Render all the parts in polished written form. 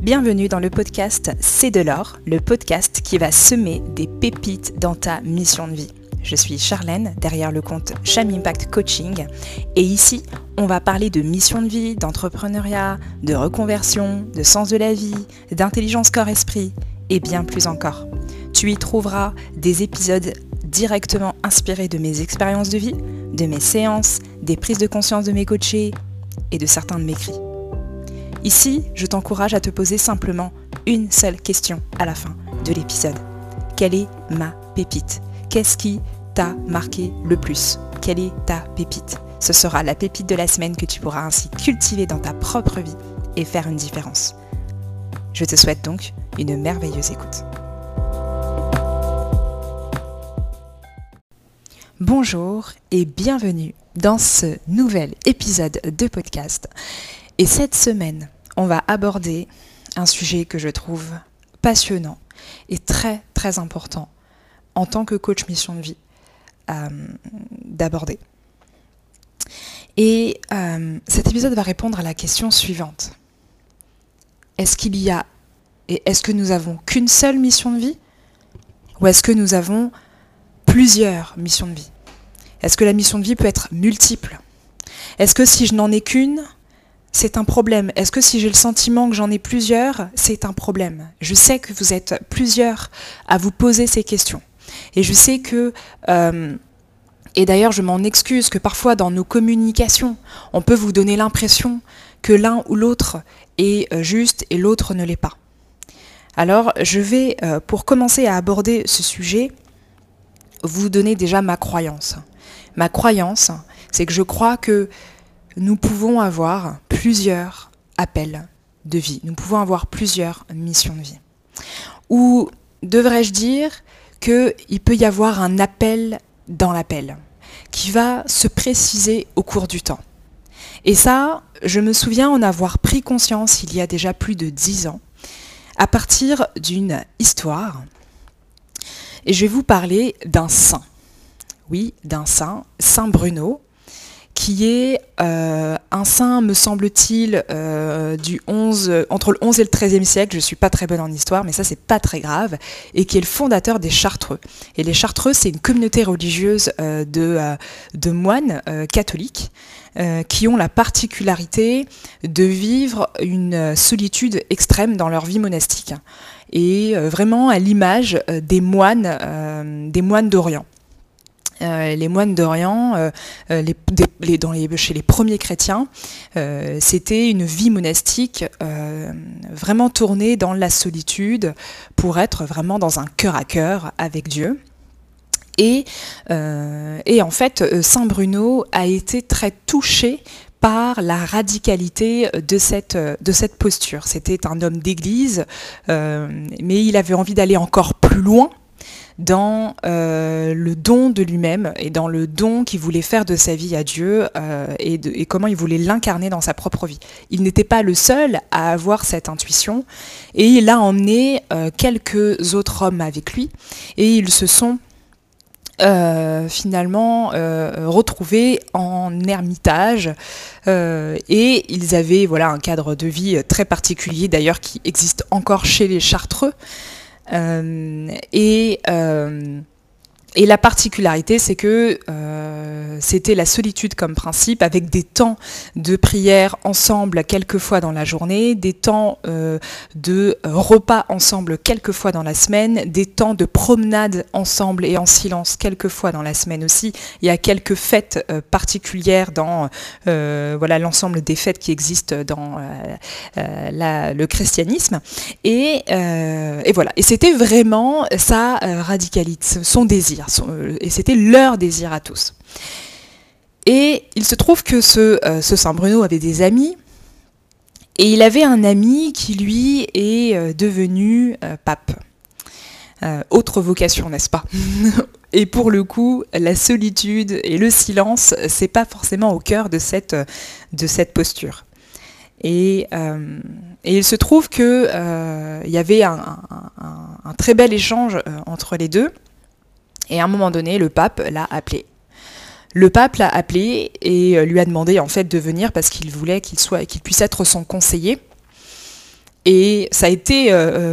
Bienvenue dans le podcast C'est de l'or, le podcast qui va semer des pépites dans ta mission de vie. Je suis Charlène, derrière le compte Cham Impact Coaching, et ici, on va parler de mission de vie, d'entrepreneuriat, de reconversion, de sens de la vie, d'intelligence corps-esprit, et bien plus encore. Tu y trouveras des épisodes directement inspirés de mes expériences de vie, de mes séances, des prises de conscience de mes coachés et de certains de mes cris. Ici, je t'encourage à te poser simplement une seule question à la fin de l'épisode. Quelle est ma pépite ? Qu'est-ce qui t'a marqué le plus ? Quelle est ta pépite ? Ce sera la pépite de la semaine que tu pourras ainsi cultiver dans ta propre vie et faire une différence. Je te souhaite donc une merveilleuse écoute. Bonjour et bienvenue dans ce nouvel épisode de podcast. Et cette semaine, on va aborder un sujet que je trouve passionnant et très très important en tant que coach mission de vie d'aborder. Et cet épisode va répondre à la question suivante. Est-ce que nous avons qu'une seule mission de vie ? Ou est-ce que nous avons plusieurs missions de vie ? Est-ce que la mission de vie peut être multiple ? Est-ce que si je n'en ai qu'une, c'est un problème? Est-ce que si j'ai le sentiment que j'en ai plusieurs, c'est un problème? Je sais que vous êtes plusieurs à vous poser ces questions. Et je sais que, et d'ailleurs je m'en excuse, que parfois dans nos communications, on peut vous donner l'impression que l'un ou l'autre est juste et l'autre ne l'est pas. Alors je vais, pour commencer à aborder ce sujet, vous donner déjà ma croyance. Ma croyance, c'est que je crois que nous pouvons avoir plusieurs appels de vie. Nous pouvons avoir plusieurs missions de vie. Ou devrais-je dire qu'il peut y avoir un appel dans l'appel qui va se préciser au cours du temps. Et ça, je me souviens en avoir pris conscience il y a déjà plus de 10 ans, à partir d'une histoire. Et je vais vous parler d'un saint. Oui, d'un saint, Saint Bruno, qui est un saint, me semble-t-il, entre le 11 et le 13e siècle, je ne suis pas très bonne en histoire, mais ça c'est pas très grave, et qui est le fondateur des Chartreux. Et les Chartreux, c'est une communauté religieuse de moines catholiques qui ont la particularité de vivre une solitude extrême dans leur vie monastique, et vraiment à l'image des moines d'Orient. Les moines d'Orient, chez les premiers chrétiens, c'était une vie monastique vraiment tournée dans la solitude pour être vraiment dans un cœur à cœur avec Dieu. Et en fait, Saint Bruno a été très touché par la radicalité de cette posture. C'était un homme d'église, mais il avait envie d'aller encore plus loin dans le don de lui-même et dans le don qu'il voulait faire de sa vie à Dieu et comment il voulait l'incarner dans sa propre vie. Il n'était pas le seul à avoir cette intuition et il a emmené quelques autres hommes avec lui et ils se sont finalement retrouvés en ermitage et ils avaient un cadre de vie très particulier d'ailleurs qui existe encore chez les Chartreux. Et la particularité, c'est que c'était la solitude comme principe, avec des temps de prière ensemble quelques fois dans la journée, des temps de repas ensemble quelques fois dans la semaine, des temps de promenade ensemble et en silence quelques fois dans la semaine aussi. Il y a quelques fêtes particulières dans l'ensemble des fêtes qui existent dans le christianisme. Et voilà. Et c'était vraiment sa radicalité, son désir. Et c'était leur désir à tous. Et il se trouve que ce Saint Bruno avait des amis, et il avait un ami qui, lui, est devenu pape. Autre vocation, n'est-ce pas ? Et pour le coup, la solitude et le silence, c'est pas forcément au cœur de cette posture. Et il se trouve que il y avait un très bel échange entre les deux. Et à un moment donné, le pape l'a appelé. Le pape l'a appelé et lui a demandé en fait de venir parce qu'il voulait qu'il puisse être son conseiller. Et ça a été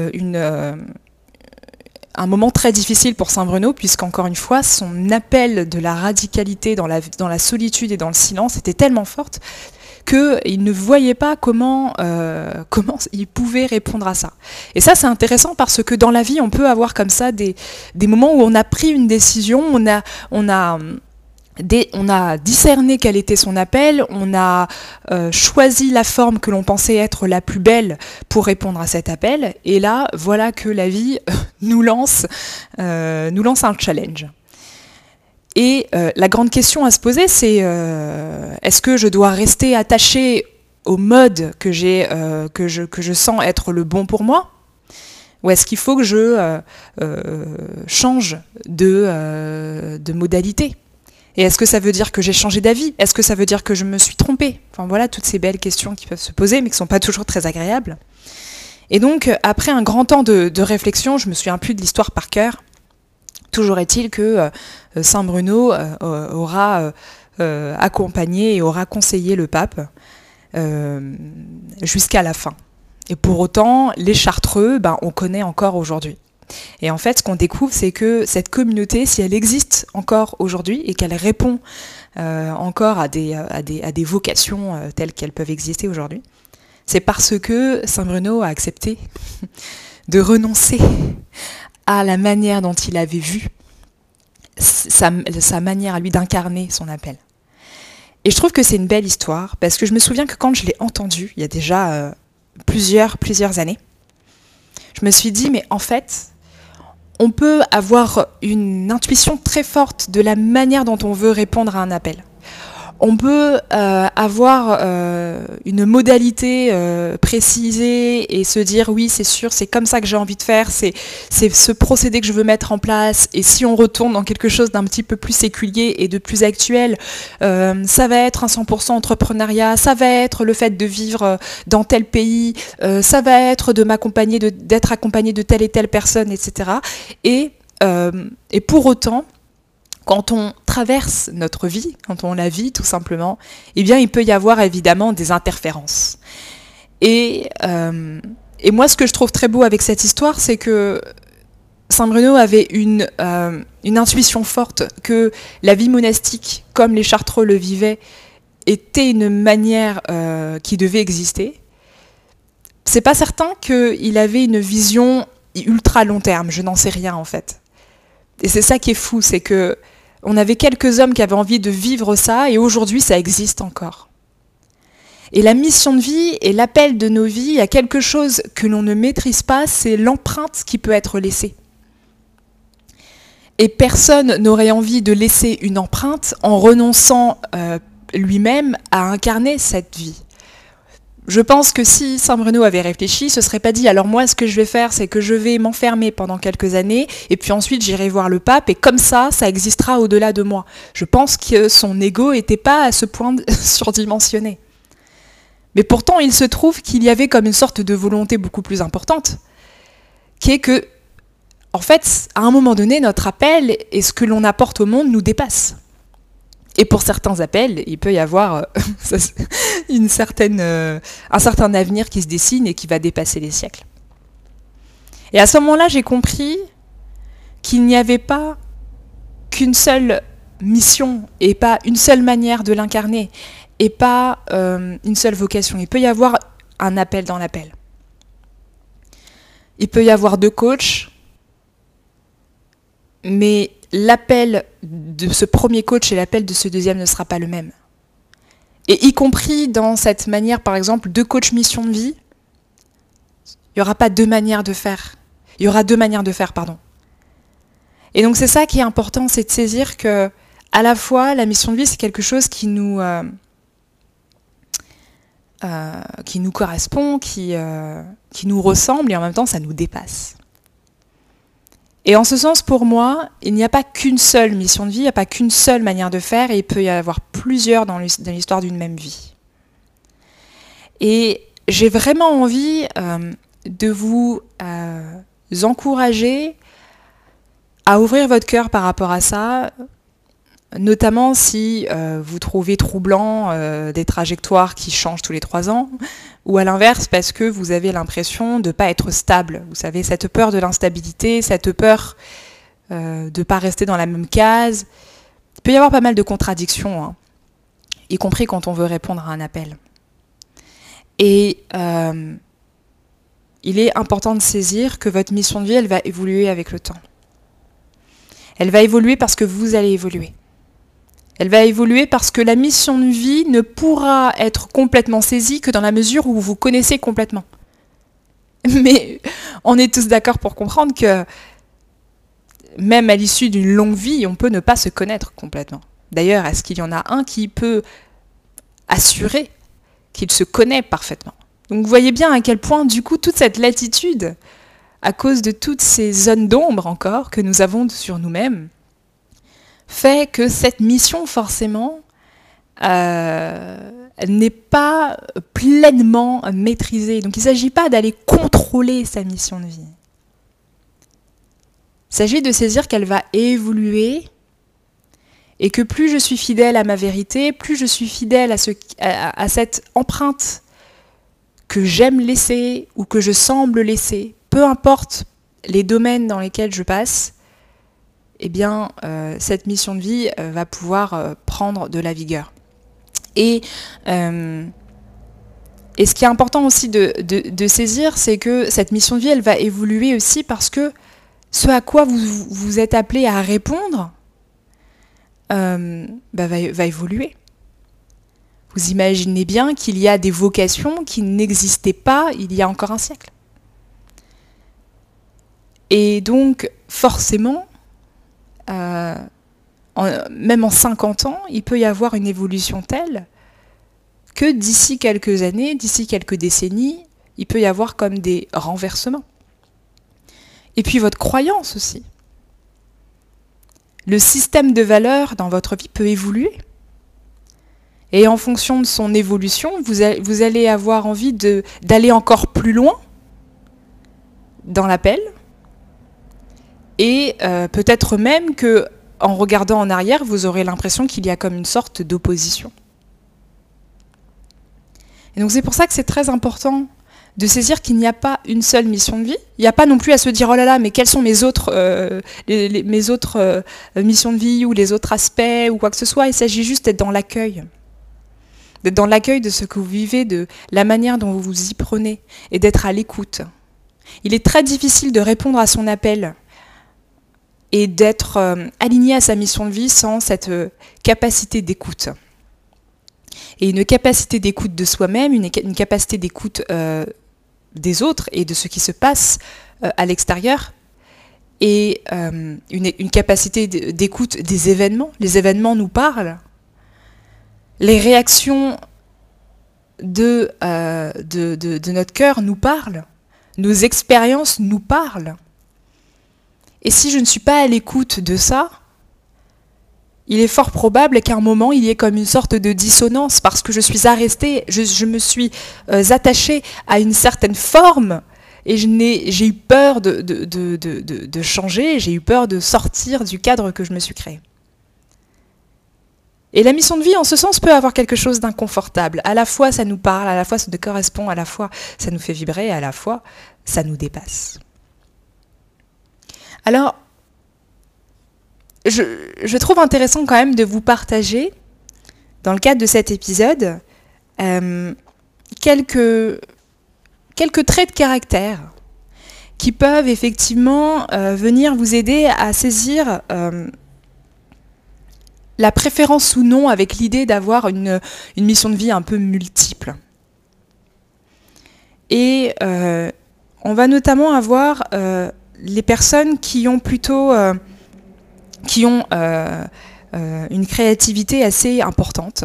un moment très difficile pour Saint Bruno, puisqu'encore une fois, son appel de la radicalité dans la solitude et dans le silence était tellement forte qu'il ne voyait pas comment il pouvait répondre à ça. Et ça, c'est intéressant parce que dans la vie, on peut avoir comme ça des moments où on a pris une décision, on a discerné quel était son appel, on a choisi la forme que l'on pensait être la plus belle pour répondre à cet appel, et là, voilà que la vie nous lance un challenge. Et la grande question à se poser, c'est est-ce que je dois rester attachée au mode que je sens être le bon pour moi, ou est-ce qu'il faut que je change de modalité ? Et est-ce que ça veut dire que j'ai changé d'avis ? Est-ce que ça veut dire que je me suis trompée ? Enfin voilà, toutes ces belles questions qui peuvent se poser, mais qui ne sont pas toujours très agréables. Et donc, après un grand temps de réflexion, je ne me souviens plus de l'histoire par cœur. Toujours est-il que Saint Bruno aura accompagné et aura conseillé le pape jusqu'à la fin. Et pour autant, les Chartreux, on connaît encore aujourd'hui. Et en fait, ce qu'on découvre, c'est que cette communauté, si elle existe encore aujourd'hui et qu'elle répond encore à des vocations telles qu'elles peuvent exister aujourd'hui, c'est parce que Saint Bruno a accepté de renoncer à la manière dont il avait vu sa manière à lui d'incarner son appel. Et je trouve que c'est une belle histoire, parce que je me souviens que quand je l'ai entendue, il y a déjà plusieurs années, je me suis dit, mais en fait, on peut avoir une intuition très forte de la manière dont on veut répondre à un appel. On peut avoir une modalité précisée et se dire oui, c'est sûr, c'est comme ça que j'ai envie de faire, c'est ce procédé que je veux mettre en place. Et si on retourne dans quelque chose d'un petit peu plus séculier et de plus actuel, ça va être un 100% entrepreneuriat, ça va être le fait de vivre dans tel pays, ça va être d'être accompagné de telle et telle personne, etc. Et pour autant, quand on traverse notre vie, quand on la vit tout simplement, eh bien il peut y avoir évidemment des interférences. Et moi, ce que je trouve très beau avec cette histoire, c'est que Saint Bruno avait une intuition forte que la vie monastique, comme les Chartreux le vivaient, était une manière qui devait exister. C'est pas certain qu'il avait une vision ultra long terme, je n'en sais rien en fait. Et c'est ça qui est fou, c'est que on avait quelques hommes qui avaient envie de vivre ça, et aujourd'hui, ça existe encore. Et la mission de vie et l'appel de nos vies, il y a quelque chose que l'on ne maîtrise pas, c'est l'empreinte qui peut être laissée. Et personne n'aurait envie de laisser une empreinte en renonçant lui-même à incarner cette vie. Je pense que si Saint Bruno avait réfléchi, il ne se serait pas dit « alors moi, ce que je vais faire, c'est que je vais m'enfermer pendant quelques années, et puis ensuite j'irai voir le pape, et comme ça existera au-delà de moi ». Je pense que son ego n'était pas à ce point surdimensionné. Mais pourtant, il se trouve qu'il y avait comme une sorte de volonté beaucoup plus importante, qui est que, en fait, à un moment donné, notre appel et ce que l'on apporte au monde nous dépasse. Et pour certains appels, il peut y avoir un certain avenir qui se dessine et qui va dépasser les siècles. Et à ce moment-là, j'ai compris qu'il n'y avait pas qu'une seule mission et pas une seule manière de l'incarner et pas une seule vocation. Il peut y avoir un appel dans l'appel. Il peut y avoir 2 coachs, mais l'appel de ce premier coach et l'appel de ce deuxième ne sera pas le même. Et y compris dans cette manière, par exemple, 2 coachs mission de vie, il n'y aura pas 2 manières de faire. Il y aura 2 manières de faire, pardon. Et donc c'est ça qui est important, c'est de saisir que, à la fois, la mission de vie, c'est quelque chose qui nous correspond, qui nous ressemble, et en même temps, ça nous dépasse. Et en ce sens, pour moi, il n'y a pas qu'une seule mission de vie, il n'y a pas qu'une seule manière de faire, et il peut y avoir plusieurs dans l'histoire d'une même vie. Et j'ai vraiment envie de vous encourager à ouvrir votre cœur par rapport à ça, notamment si vous trouvez troublant des trajectoires qui changent tous les 3 ans, ou à l'inverse parce que vous avez l'impression de ne pas être stable. Vous savez, cette peur de l'instabilité, cette peur de ne pas rester dans la même case. Il peut y avoir pas mal de contradictions, hein, y compris quand on veut répondre à un appel. Et il est important de saisir que votre mission de vie, elle va évoluer avec le temps. Elle va évoluer parce que vous allez évoluer. Elle va évoluer parce que la mission de vie ne pourra être complètement saisie que dans la mesure où vous vous connaissez complètement. Mais on est tous d'accord pour comprendre que même à l'issue d'une longue vie, on peut ne pas se connaître complètement. D'ailleurs, est-ce qu'il y en a un qui peut assurer qu'il se connaît parfaitement? Donc vous voyez bien à quel point, du coup, toute cette latitude, à cause de toutes ces zones d'ombre encore que nous avons sur nous-mêmes, fait que cette mission, forcément, n'est pas pleinement maîtrisée. Donc il ne s'agit pas d'aller contrôler sa mission de vie. Il s'agit de saisir qu'elle va évoluer et que plus je suis fidèle à ma vérité, plus je suis fidèle à cette empreinte que j'aime laisser ou que je semble laisser, peu importe les domaines dans lesquels je passe, eh bien, cette mission de vie va pouvoir prendre de la vigueur. Et ce qui est important aussi de saisir, c'est que cette mission de vie, elle va évoluer aussi parce que ce à quoi vous êtes appelé à répondre va évoluer. Vous imaginez bien qu'il y a des vocations qui n'existaient pas il y a encore un siècle. Et donc, forcément, même en 50 ans, il peut y avoir une évolution telle que d'ici quelques années, d'ici quelques décennies, il peut y avoir comme des renversements. Et puis votre croyance aussi. Le système de valeurs dans votre vie peut évoluer. Et en fonction de son évolution, vous allez avoir envie d'aller encore plus loin dans l'appel. Et peut-être même que, en regardant en arrière, vous aurez l'impression qu'il y a comme une sorte d'opposition. Et donc c'est pour ça que c'est très important de saisir qu'il n'y a pas une seule mission de vie. Il n'y a pas non plus à se dire « Oh là là, mais quelles sont mes autres, missions de vie ou les autres aspects ou quoi que ce soit ». Il s'agit juste d'être dans l'accueil. D'être dans l'accueil de ce que vous vivez, de la manière dont vous vous y prenez et d'être à l'écoute. Il est très difficile de répondre à son appel et d'être aligné à sa mission de vie sans cette capacité d'écoute. Et une capacité d'écoute de soi-même, une capacité d'écoute des autres et de ce qui se passe à l'extérieur, et une capacité d'écoute des événements. Les événements nous parlent. Les réactions de notre cœur nous parlent. Nos expériences nous parlent. Et si je ne suis pas à l'écoute de ça, il est fort probable qu'à un moment, il y ait comme une sorte de dissonance parce que je suis arrêtée, je me suis attachée à une certaine forme et j'ai eu peur de changer, j'ai eu peur de sortir du cadre que je me suis créé. Et la mission de vie, en ce sens, peut avoir quelque chose d'inconfortable. À la fois, ça nous parle, à la fois, ça nous correspond, à la fois, ça nous fait vibrer, à la fois, ça nous dépasse. Alors, je trouve intéressant quand même de vous partager, dans le cadre de cet épisode, quelques traits de caractère qui peuvent effectivement venir vous aider à saisir la préférence ou non avec l'idée d'avoir une mission de vie un peu multiple. Et on va notamment avoir les personnes qui ont plutôt une créativité assez importante.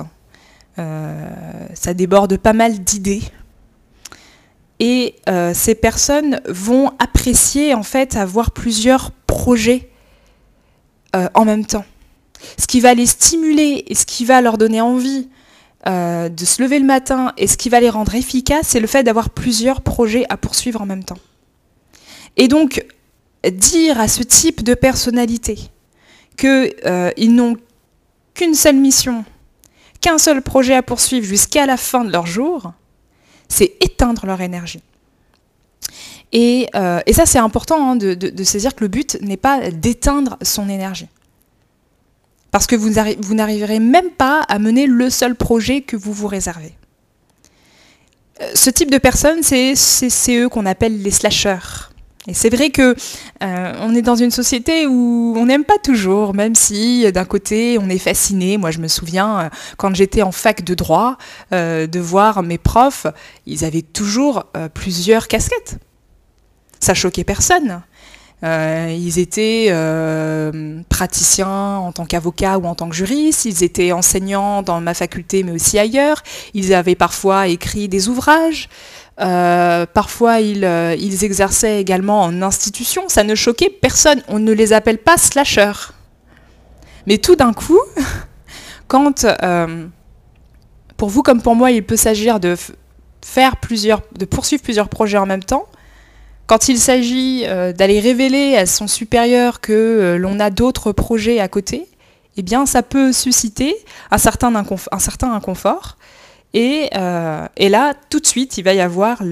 Ça déborde pas mal d'idées. Et ces personnes vont apprécier en fait avoir plusieurs projets en même temps. Ce qui va les stimuler et ce qui va leur donner envie de se lever le matin et ce qui va les rendre efficaces, c'est le fait d'avoir plusieurs projets à poursuivre en même temps. Et donc, dire à ce type de personnalité qu'ils n'ont qu'une seule mission, qu'un seul projet à poursuivre jusqu'à la fin de leur jour, c'est éteindre leur énergie. Et ça, c'est important de saisir que le but n'est pas d'éteindre son énergie. Parce que vous n'arriverez même pas à mener le seul projet que vous vous réservez. Ce type de personnes, c'est eux qu'on appelle les slasheurs. Et c'est vrai que on est dans une société où on n'aime pas toujours, même si d'un côté on est fasciné. Moi je me souviens quand j'étais en fac de droit, de voir mes profs, ils avaient toujours plusieurs casquettes. Ça choquait personne. Ils étaient praticiens en tant qu'avocats ou en tant que juristes, ils étaient enseignants dans ma faculté mais aussi ailleurs, ils avaient parfois écrit des ouvrages, parfois ils exerçaient également en institution, ça ne choquait personne, on ne les appelle pas slasheurs. Mais tout d'un coup, quand pour vous comme pour moi il peut s'agir de poursuivre plusieurs projets en même temps, quand il s'agit d'aller révéler à son supérieur que l'on a d'autres projets à côté, eh bien, ça peut susciter un certain inconfort. Et là, tout de suite, il va y avoir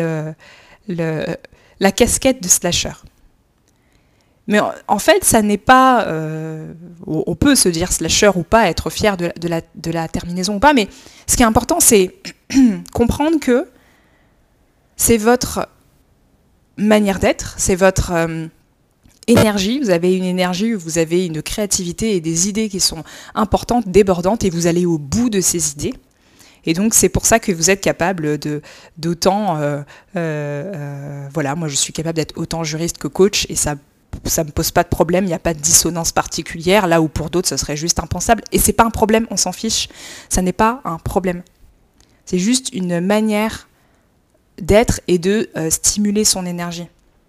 la casquette de slasher. Mais en fait, ça n'est pas... on peut se dire slasher ou pas, être fier de la terminaison ou pas, mais ce qui est important, c'est comprendre que c'est votre manière d'être, c'est votre énergie, vous avez une énergie, vous avez une créativité et des idées qui sont importantes, débordantes, et vous allez au bout de ces idées. Et donc c'est pour ça que vous êtes capable d'autant... voilà, moi je suis capable d'être autant juriste que coach, et ça ne me pose pas de problème, il n'y a pas de dissonance particulière, là où pour d'autres ce serait juste impensable. Et c'est pas un problème, on s'en fiche, ça n'est pas un problème. C'est juste une manière d'être et de stimuler son énergie.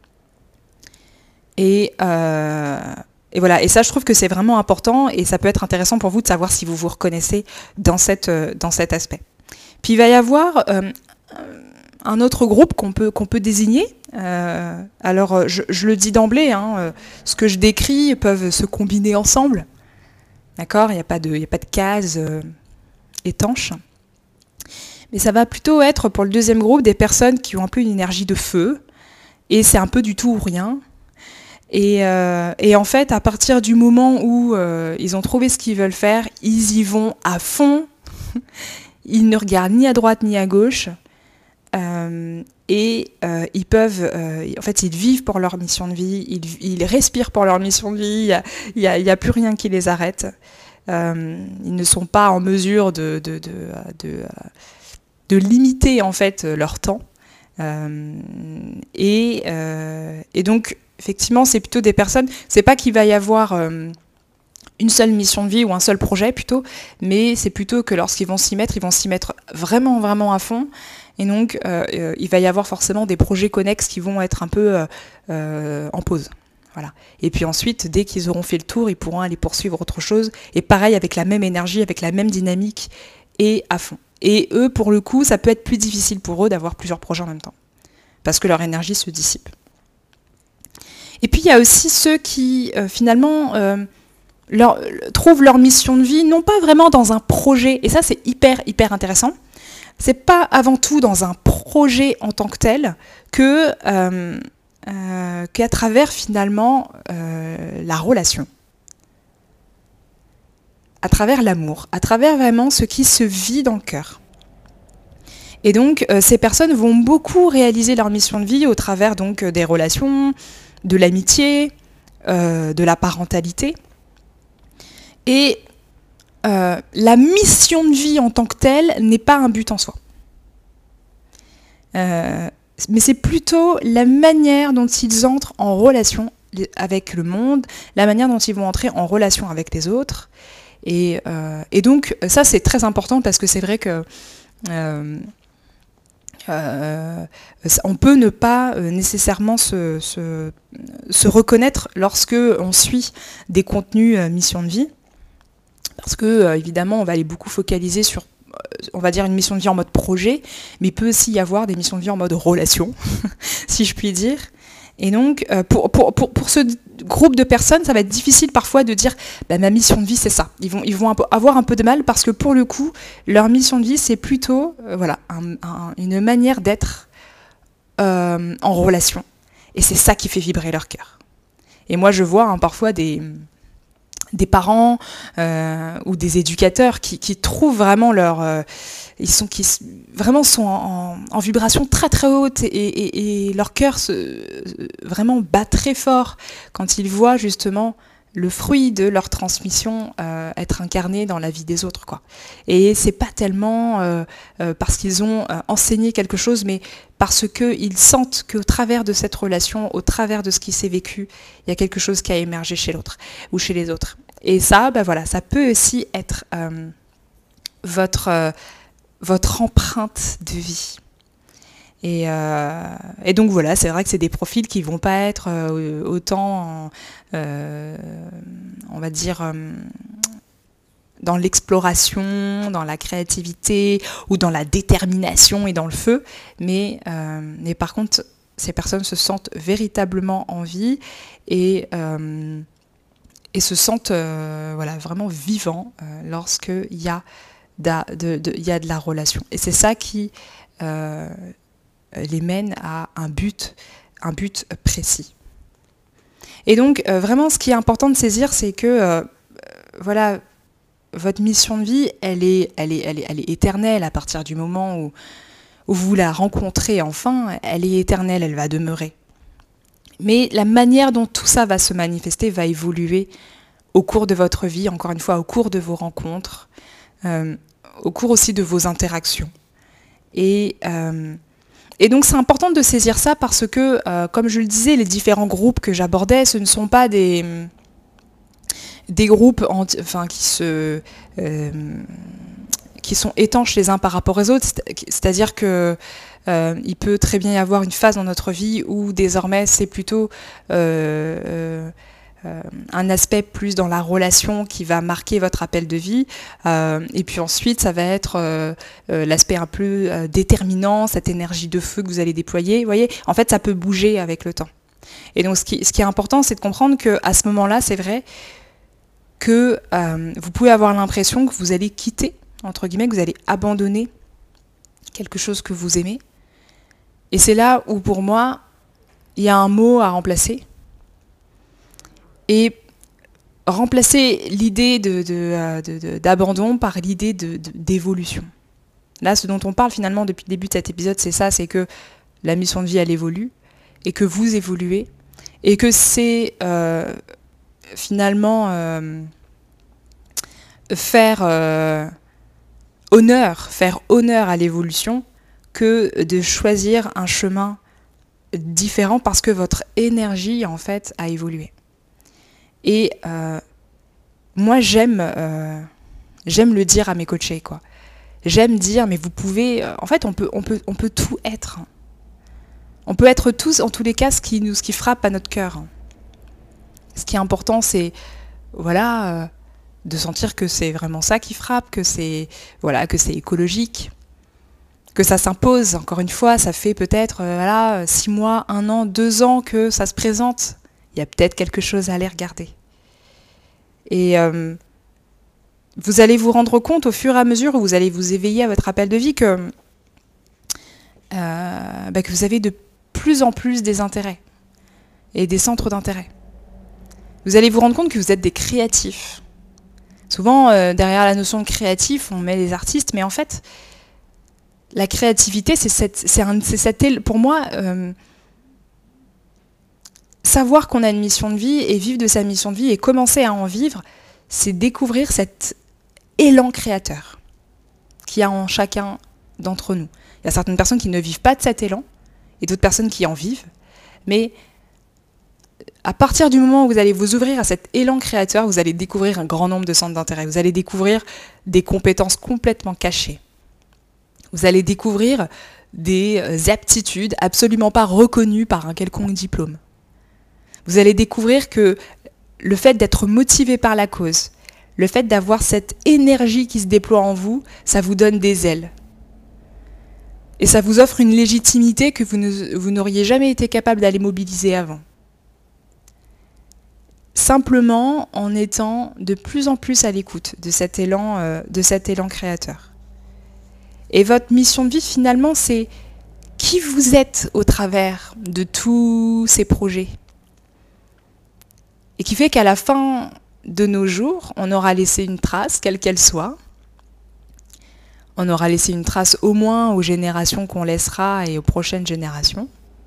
Et voilà, et ça je trouve que c'est vraiment important et ça peut être intéressant pour vous de savoir si vous vous reconnaissez dans cet aspect. Puis il va y avoir un autre groupe qu'on peut désigner. Alors je le dis d'emblée, ce que je décris peuvent se combiner ensemble. D'accord ? Il n'y a pas de cases étanches. Mais ça va plutôt être pour le deuxième groupe des personnes qui ont un peu une énergie de feu, et c'est un peu du tout ou rien. Et en fait, à partir du moment où ils ont trouvé ce qu'ils veulent faire, ils y vont à fond, ils ne regardent ni à droite ni à gauche, et ils peuvent, en fait, ils vivent pour leur mission de vie, ils respirent pour leur mission de vie, il y a plus rien qui les arrête. Ils ne sont pas en mesure de limiter en fait leur temps. Et donc, effectivement, c'est plutôt des personnes, c'est pas qu'il va y avoir une seule mission de vie ou un seul projet plutôt, mais c'est plutôt que lorsqu'ils vont s'y mettre vraiment, vraiment à fond. Et donc, il va y avoir forcément des projets connexes qui vont être un peu en pause. Voilà. Et puis ensuite, dès qu'ils auront fait le tour, ils pourront aller poursuivre autre chose. Et pareil, avec la même énergie, avec la même dynamique et à fond. Et eux, pour le coup, ça peut être plus difficile pour eux d'avoir plusieurs projets en même temps, parce que leur énergie se dissipe. Et puis, il y a aussi ceux qui, finalement, trouvent leur mission de vie, non pas vraiment dans un projet, et ça, c'est hyper, hyper intéressant. C'est pas avant tout dans un projet en tant que tel qu'à travers, finalement, la relation. À travers l'amour, à travers vraiment ce qui se vit dans le cœur. Et donc, ces personnes vont beaucoup réaliser leur mission de vie au travers donc des relations, de l'amitié, de la parentalité. Et la mission de vie en tant que telle n'est pas un but en soi. Mais c'est plutôt la manière dont ils entrent en relation avec le monde, la manière dont ils vont entrer en relation avec les autres. Et donc ça c'est très important parce que c'est vrai que on peut ne pas nécessairement se reconnaître lorsque on suit des contenus mission de vie, parce que évidemment on va aller beaucoup focaliser sur, on va dire, une mission de vie en mode projet, mais il peut aussi y avoir des missions de vie en mode relation, si je puis dire. Et donc, pour ce groupe de personnes, ça va être difficile parfois de dire bah, ma mission de vie, c'est ça. Ils vont avoir un peu de mal parce que pour le coup, leur mission de vie, c'est plutôt une manière d'être en relation. Et c'est ça qui fait vibrer leur cœur. Et moi, je vois parfois des parents ou des éducateurs qui trouvent vraiment qui vraiment sont en vibration très très haute et leur cœur vraiment bat très fort quand ils voient justement le fruit de leur transmission être incarné dans la vie des autres, quoi. Et c'est pas tellement parce qu'ils ont enseigné quelque chose, mais parce qu'ils sentent qu'au travers de cette relation, au travers de ce qui s'est vécu, il y a quelque chose qui a émergé chez l'autre ou chez les autres. Et ça, ça peut aussi être votre empreinte de vie. Et donc voilà, c'est vrai que c'est des profils qui vont pas être autant, on va dire, dans l'exploration, dans la créativité ou dans la détermination et dans le feu, mais par contre, ces personnes se sentent véritablement en vie et se sentent vraiment vivants lorsqu'il y a de la relation. Et c'est ça qui les mène à un but précis. Et donc, vraiment, ce qui est important de saisir, c'est que votre mission de vie, elle est éternelle à partir du moment où vous la rencontrez enfin, elle est éternelle, elle va demeurer. Mais la manière dont tout ça va se manifester va évoluer au cours de votre vie, encore une fois, au cours de vos rencontres, au cours aussi de vos interactions. Et donc c'est important de saisir ça parce que, comme je le disais, les différents groupes que j'abordais, ce ne sont pas des groupes qui sont étanches les uns par rapport aux autres, c'est-à-dire que il peut très bien y avoir une phase dans notre vie où désormais c'est plutôt un aspect plus dans la relation qui va marquer votre appel de vie, et puis ensuite ça va être l'aspect un peu déterminant, cette énergie de feu que vous allez déployer. Vous voyez, en fait ça peut bouger avec le temps. Et donc ce qui est important, c'est de comprendre qu'à ce moment-là, c'est vrai que vous pouvez avoir l'impression que vous allez quitter, entre guillemets, que vous allez abandonner quelque chose que vous aimez. Et c'est là où, pour moi, il y a un mot à remplacer. Et remplacer l'idée d'abandon par l'idée d'évolution. Là, ce dont on parle finalement depuis le début de cet épisode, c'est ça, c'est que la mission de vie, elle évolue, et que vous évoluez, et que c'est finalement faire honneur à l'évolution que de choisir un chemin différent parce que votre énergie, en fait, a évolué. Et moi, j'aime le dire à mes coachés, quoi. J'aime dire, mais vous pouvez... en fait, on peut tout être. On peut être tous, en tous les cas, ce qui frappe à notre cœur. Ce qui est important, c'est de sentir que c'est vraiment ça qui frappe, que c'est écologique, que ça s'impose. Encore une fois, ça fait peut-être 6 mois, 1 an, 2 ans que ça se présente. Il y a peut-être quelque chose à aller regarder. Et vous allez vous rendre compte au fur et à mesure où vous allez vous éveiller à votre appel de vie que vous avez de plus en plus des intérêts et des centres d'intérêt. Vous allez vous rendre compte que vous êtes des créatifs. Souvent, derrière la notion de créatif, on met les artistes, mais en fait, la créativité, pour moi, savoir qu'on a une mission de vie et vivre de sa mission de vie et commencer à en vivre, c'est découvrir cet élan créateur qu'il y a en chacun d'entre nous. Il y a certaines personnes qui ne vivent pas de cet élan et d'autres personnes qui en vivent, mais à partir du moment où vous allez vous ouvrir à cet élan créateur, vous allez découvrir un grand nombre de centres d'intérêt. Vous allez découvrir des compétences complètement cachées. Vous allez découvrir des aptitudes absolument pas reconnues par un quelconque diplôme. Vous allez découvrir que le fait d'être motivé par la cause, le fait d'avoir cette énergie qui se déploie en vous, ça vous donne des ailes. Et ça vous offre une légitimité que vous n'auriez jamais été capable d'aller mobiliser avant. Simplement en étant de plus en plus à l'écoute de cet élan créateur. Et votre mission de vie, finalement, c'est qui vous êtes au travers de tous ces projets. Et qui fait qu'à la fin de nos jours, on aura laissé une trace, quelle qu'elle soit. On aura laissé une trace au moins aux générations qu'on laissera et aux prochaines générations.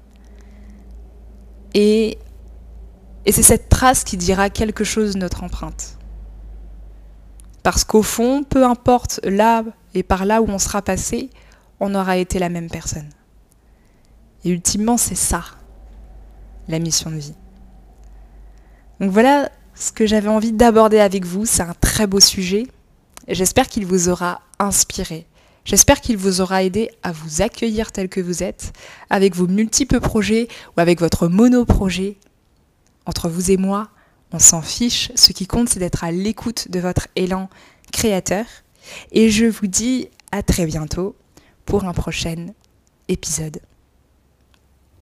Et c'est cette trace qui dira quelque chose de notre empreinte. Parce qu'au fond, peu importe là et par là où on sera passé, on aura été la même personne. Et ultimement, c'est ça, la mission de vie. Donc voilà ce que j'avais envie d'aborder avec vous. C'est un très beau sujet. J'espère qu'il vous aura inspiré. J'espère qu'il vous aura aidé à vous accueillir tel que vous êtes, avec vos multiples projets ou avec votre monoprojet. Entre vous et moi, on s'en fiche. Ce qui compte, c'est d'être à l'écoute de votre élan créateur. Et je vous dis à très bientôt pour un prochain épisode.